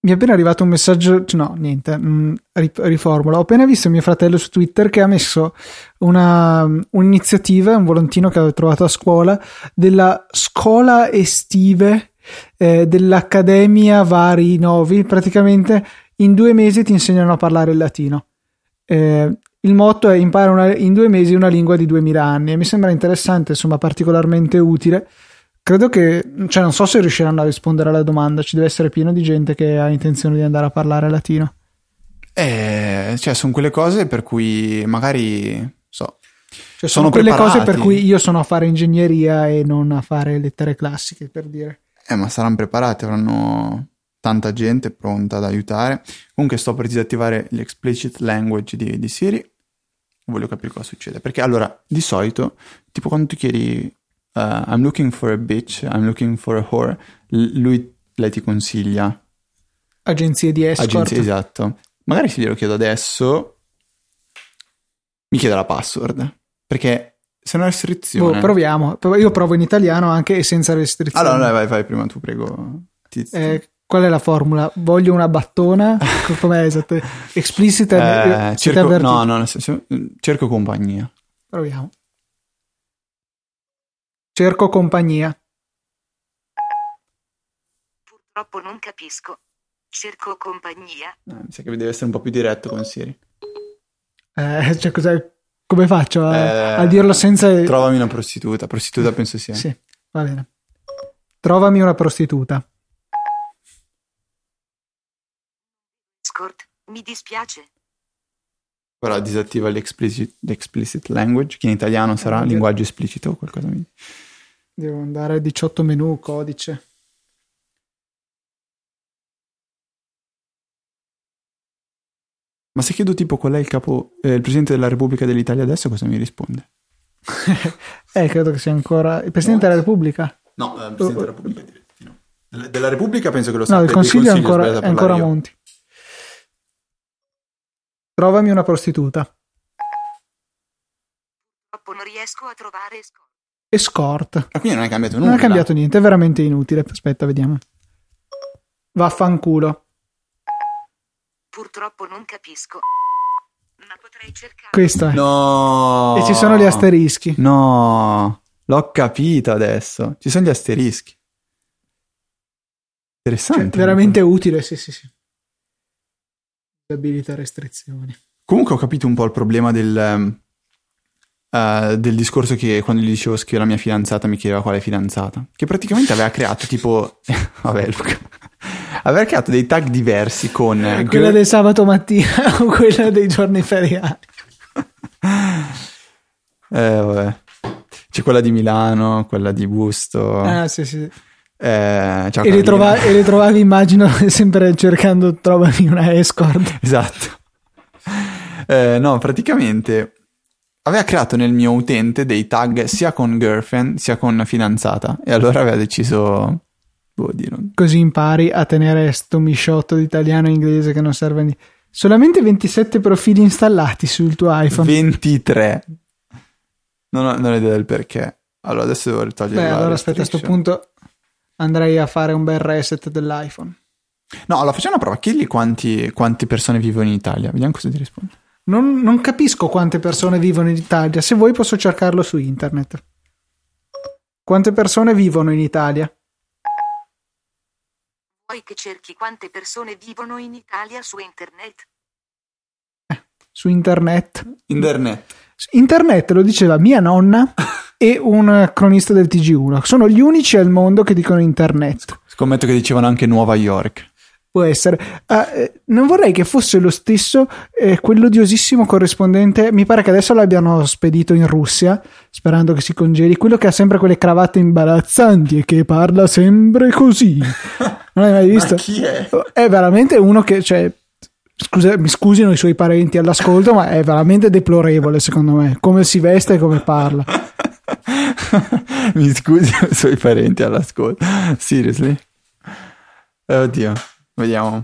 Mi è appena arrivato un messaggio, no, niente, riformulo. Ho appena visto mio fratello su Twitter che ha messo un'iniziativa, un volantino che aveva trovato a scuola, della scuola estive dell'Accademia Vari Novi. Praticamente in 2 mesi ti insegnano a parlare il latino. Il motto è impara in 2 mesi una lingua di 2000 anni e mi sembra interessante, insomma, particolarmente utile. Credo che, cioè, non so se riusciranno a rispondere alla domanda. Ci deve essere pieno di gente che ha intenzione di andare a parlare latino. Cioè, sono quelle cose per cui magari, cioè, sono quelle preparati. Cose per cui io sono a fare ingegneria e non a fare lettere classiche, per dire. Ma saranno preparati, avranno tanta gente pronta ad aiutare. Comunque sto per disattivare l'explicit language di Siri. Voglio capire cosa succede. Perché allora, di solito, tipo quando tu chiedi I'm looking for a bitch, I'm looking for a whore, lei ti consiglia agenzie di escort. Esatto. Magari se glielo chiedo adesso mi chiede la password, perché se non è restrizione proviamo. Io provo in italiano anche e senza restrizioni. Allora vai prima tu, prego. Qual è la formula? Voglio una battona? Com'è esatto? Explicita? Cerco compagnia. Proviamo. Cerco compagnia. Purtroppo non capisco. Cerco compagnia. Mi sa che deve essere un po' più diretto con Siri. Cioè, come faccio a dirlo senza... Trovami una prostituta. Prostituta penso sia. Sì, va bene. Trovami una prostituta. Escort, mi dispiace. Ora disattiva l'explicit language, che in italiano sarà linguaggio esplicito o qualcosa. Devo andare a 18 menu, codice. Ma se chiedo tipo qual è il Presidente della Repubblica dell'Italia adesso, cosa mi risponde? Credo che sia ancora... Il Presidente della Repubblica? No, il Presidente della Repubblica diretti, no. Della Repubblica penso che lo sappia. No, il Consiglio è ancora Monti. Trovami una prostituta. Purtroppo non riesco a trovare escort. Ma quindi non è cambiato nulla? Non è cambiato niente, è veramente inutile. Aspetta, vediamo. Vaffanculo. Purtroppo non capisco. Ma potrei cercare. Questo è. No. E ci sono gli asterischi. No. L'ho capito adesso. Ci sono gli asterischi. Interessante. Cioè, veramente utile, sì. Abilita restrizioni. Comunque ho capito un po' il problema del discorso che quando gli dicevo scrivo la mia fidanzata mi chiedeva quale fidanzata, che praticamente aveva creato tipo vabbè Luca, aveva creato dei tag diversi con quella del sabato mattina o quella dei giorni feriali. Vabbè, c'è quella di Milano, quella di Busto. Sì. E le trovavi, immagino, sempre cercando trovami una escort. Esatto. No, praticamente aveva creato nel mio utente dei tag sia con girlfriend sia con fidanzata, e allora aveva deciso così impari a tenere sto misciotto di italiano e inglese che non serve a niente. Solamente 27 profili installati sul tuo iPhone. 23. Non ho idea del perché. Allora adesso devo togliere allora aspetta, a sto punto andrei a fare un bel reset dell'iPhone. No, allora facciamo una prova. Chiedi quante persone vivono in Italia. Vediamo cosa ti risponde. Non capisco quante persone vivono in Italia. Se vuoi posso cercarlo su internet. Quante persone vivono in Italia? Vuoi che cerchi quante persone vivono in Italia su internet? Su internet? Internet lo diceva mia nonna e un cronista del TG1. Sono gli unici al mondo che dicono internet. Scommetto che dicevano anche Nuova York. Può essere. Non vorrei che fosse lo stesso quell'odiosissimo corrispondente. Mi pare che adesso l'abbiano spedito in Russia, sperando che si congeli. Quello che ha sempre quelle cravatte imbarazzanti e che parla sempre così. Non l'hai mai visto? Ma chi è? È veramente uno che, cioè, mi scusino i suoi parenti all'ascolto, ma è veramente deplorevole secondo me. Come si veste e come parla. Mi scusi i suoi parenti all'ascolto. Seriously? Oddio. Vediamo.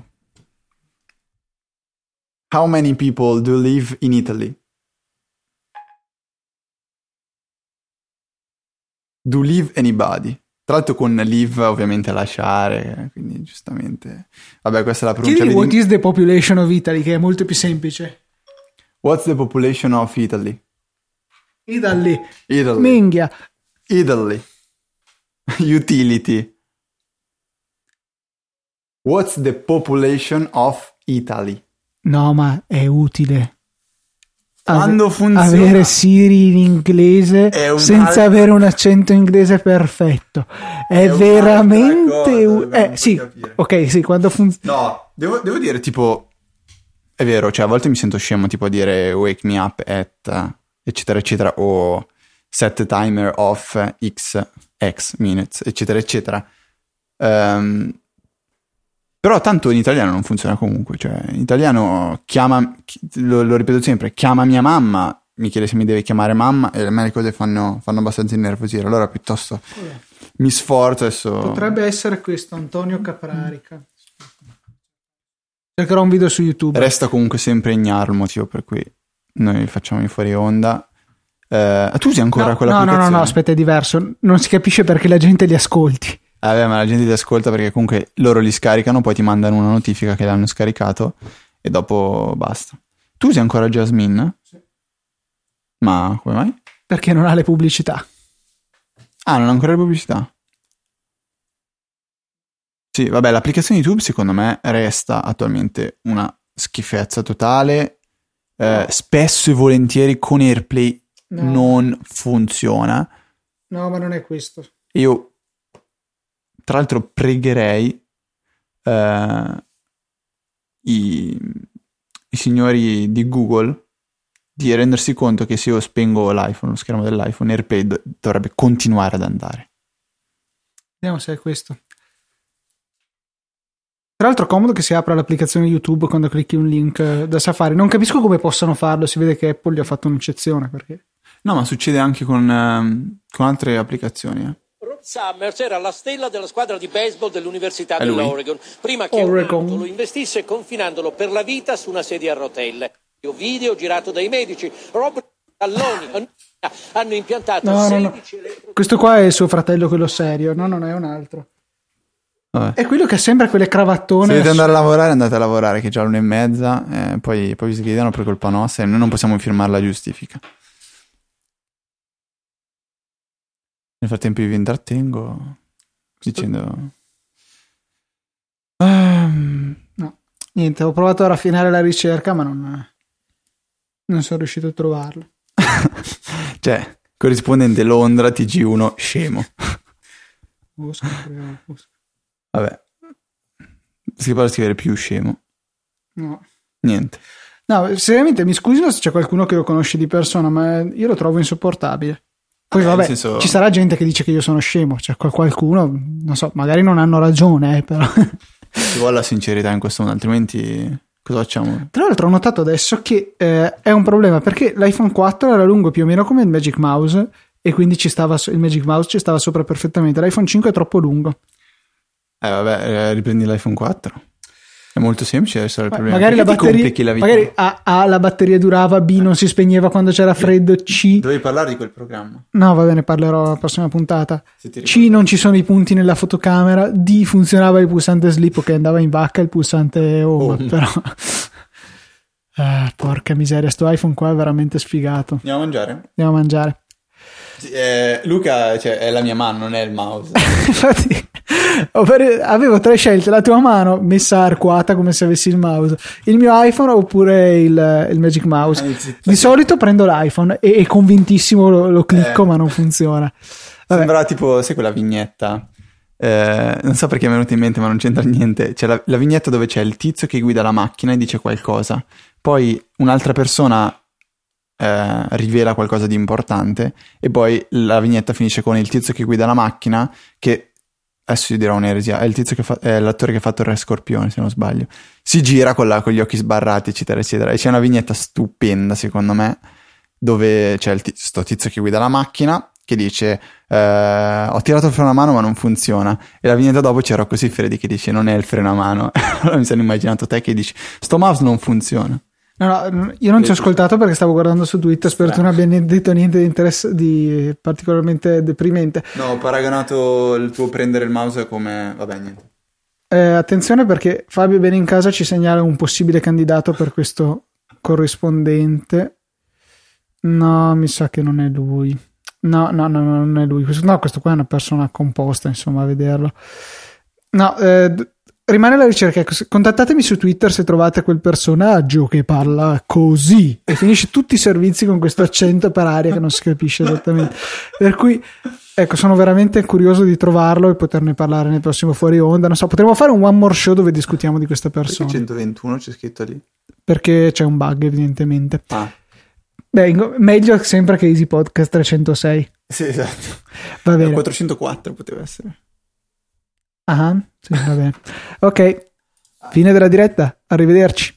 How many people do live in Italy? Do live anybody? Tra l'altro con live ovviamente lasciare, quindi giustamente... Vabbè, questa è la pronuncia. Chiedi what is the population of Italy, che è molto più semplice. What's the population of Italy? Italy. Italy. Minghia. Italy. Utility. What's the population of Italy? No, ma è utile. Quando funziona avere Siri in inglese senza avere un accento inglese perfetto è veramente sì, ok, sì, quando funziona. No, devo dire, tipo, è vero, cioè a volte mi sento scemo tipo a dire wake me up at eccetera eccetera, o set timer of x minutes eccetera eccetera. Però tanto in italiano non funziona comunque, cioè in italiano lo ripeto sempre, chiama mia mamma, mi chiede se mi deve chiamare mamma, e a me le cose fanno abbastanza innervosire, allora piuttosto mi sforzo adesso. Potrebbe essere questo, Antonio Caprarica. Cercherò un video su YouTube. Resta comunque sempre ignaro il motivo per cui noi facciamo in fuori onda. Tu usi ancora quell'applicazione? No, aspetta, è diverso, non si capisce perché la gente li ascolti. Vabbè, ma la gente ti ascolta perché comunque loro li scaricano, poi ti mandano una notifica che l'hanno scaricato e dopo basta. Tu usi ancora Jasmine? Sì. Ma come mai? Perché non ha le pubblicità. Ah, non ha ancora le pubblicità? Sì, vabbè, l'applicazione YouTube secondo me resta attualmente una schifezza totale. Spesso e volentieri con AirPlay non funziona. No, ma non è questo. Io tra l'altro pregherei i signori di Google di rendersi conto che se io spengo l'iPhone, lo schermo dell'iPhone, AirPlay dovrebbe continuare ad andare. Vediamo se è questo. Tra l'altro è comodo che si apra l'applicazione YouTube quando clicchi un link da Safari. Non capisco come possano farlo, si vede che Apple gli ha fatto un'eccezione. Perché... No, ma succede anche con altre applicazioni. Rob Summers era la stella della squadra di baseball dell'Università dell'Oregon, prima che un altro lo investisse confinandolo per la vita su una sedia a rotelle. Video girato dai medici. Rob Talloni hanno impiantato 16 Questo qua è il suo fratello, quello serio. No, non è un altro. Vabbè. È quello che sembra quelle cravattone. Se dovete andare a lavorare, andate a lavorare, che è già l'1:30, poi vi sgridano per colpa nostra e noi non possiamo firmare la giustifica. Nel frattempo io vi intrattengo dicendo no, niente, ho provato a raffinare la ricerca ma non sono riuscito a trovarlo. Cioè, corrispondente Londra TG1 scemo. Vabbè, si può scrivere più scemo? No. Niente. No, seriamente mi scusi se c'è qualcuno che lo conosce di persona, ma io lo trovo insopportabile. Poi vabbè, senso... ci sarà gente che dice che io sono scemo, c'è qualcuno, non so, magari non hanno ragione, però. Ci vuole la sincerità in questo modo, altrimenti cosa facciamo? Tra l'altro ho notato adesso che è un problema, perché l'iPhone 4 era lungo più o meno come il Magic Mouse, e quindi il Magic Mouse ci stava sopra perfettamente. L'iPhone 5 è troppo lungo. Vabbè, riprendi l'iPhone 4. È molto semplice, adesso è il problema. Magari magari A la batteria durava, B non si spegneva quando c'era freddo, C... Dovevi parlare di quel programma. No, va bene, parlerò alla prossima puntata. C non ci sono i punti nella fotocamera, D funzionava il pulsante sleep che andava in vacca, il pulsante home. Però... porca miseria, sto iPhone qua è veramente sfigato. Andiamo a mangiare? Andiamo a mangiare. Luca, cioè, è la mia mano, non è il mouse. Infatti avevo 3 scelte: la tua mano messa arcuata come se avessi il mouse, il mio iPhone oppure il Magic Mouse. Di solito prendo l'iPhone e convintissimo lo clicco, ma non funziona. Vabbè. Sembra tipo, sai quella vignetta? Non so perché mi è venuto in mente, ma non c'entra niente. C'è la vignetta dove c'è il tizio che guida la macchina e dice qualcosa, poi un'altra persona rivela qualcosa di importante e poi la vignetta finisce con il tizio che guida la macchina che, adesso io dirò un'eresia, è il tizio è l'attore che ha fatto il Re Scorpione, se non sbaglio, si gira con gli occhi sbarrati eccetera eccetera, e c'è una vignetta stupenda secondo me dove c'è sto tizio che guida la macchina che dice ho tirato il freno a mano ma non funziona, e la vignetta dopo c'è Rocco Siffredi che dice non è il freno a mano. Allora mi sono immaginato te che dici sto mouse non funziona. No, io non ti ho ascoltato perché stavo guardando su Twitter, spero tu non abbia detto niente di particolarmente deprimente. No, ho paragonato il tuo prendere il mouse come... vabbè, niente. Attenzione perché Fabio Bene in Casa ci segnala un possibile candidato per questo corrispondente. No, mi sa che non è lui. No, non è lui. Questo qua è una persona composta, insomma, a vederlo. No, rimane la ricerca. Contattatemi su Twitter se trovate quel personaggio che parla così e finisce tutti i servizi con questo accento per aria che non si capisce esattamente. Per cui, ecco, sono veramente curioso di trovarlo e poterne parlare nel prossimo Fuori Onda. Non so, potremmo fare un one more show dove discutiamo di questa persona. Perché 121 c'è scritto lì? Perché c'è un bug, evidentemente. Beh, meglio sempre che Easy Podcast 306. Sì, esatto. Va bene. 404 poteva essere. Ah, sì, va bene. Ok, fine della diretta. Arrivederci.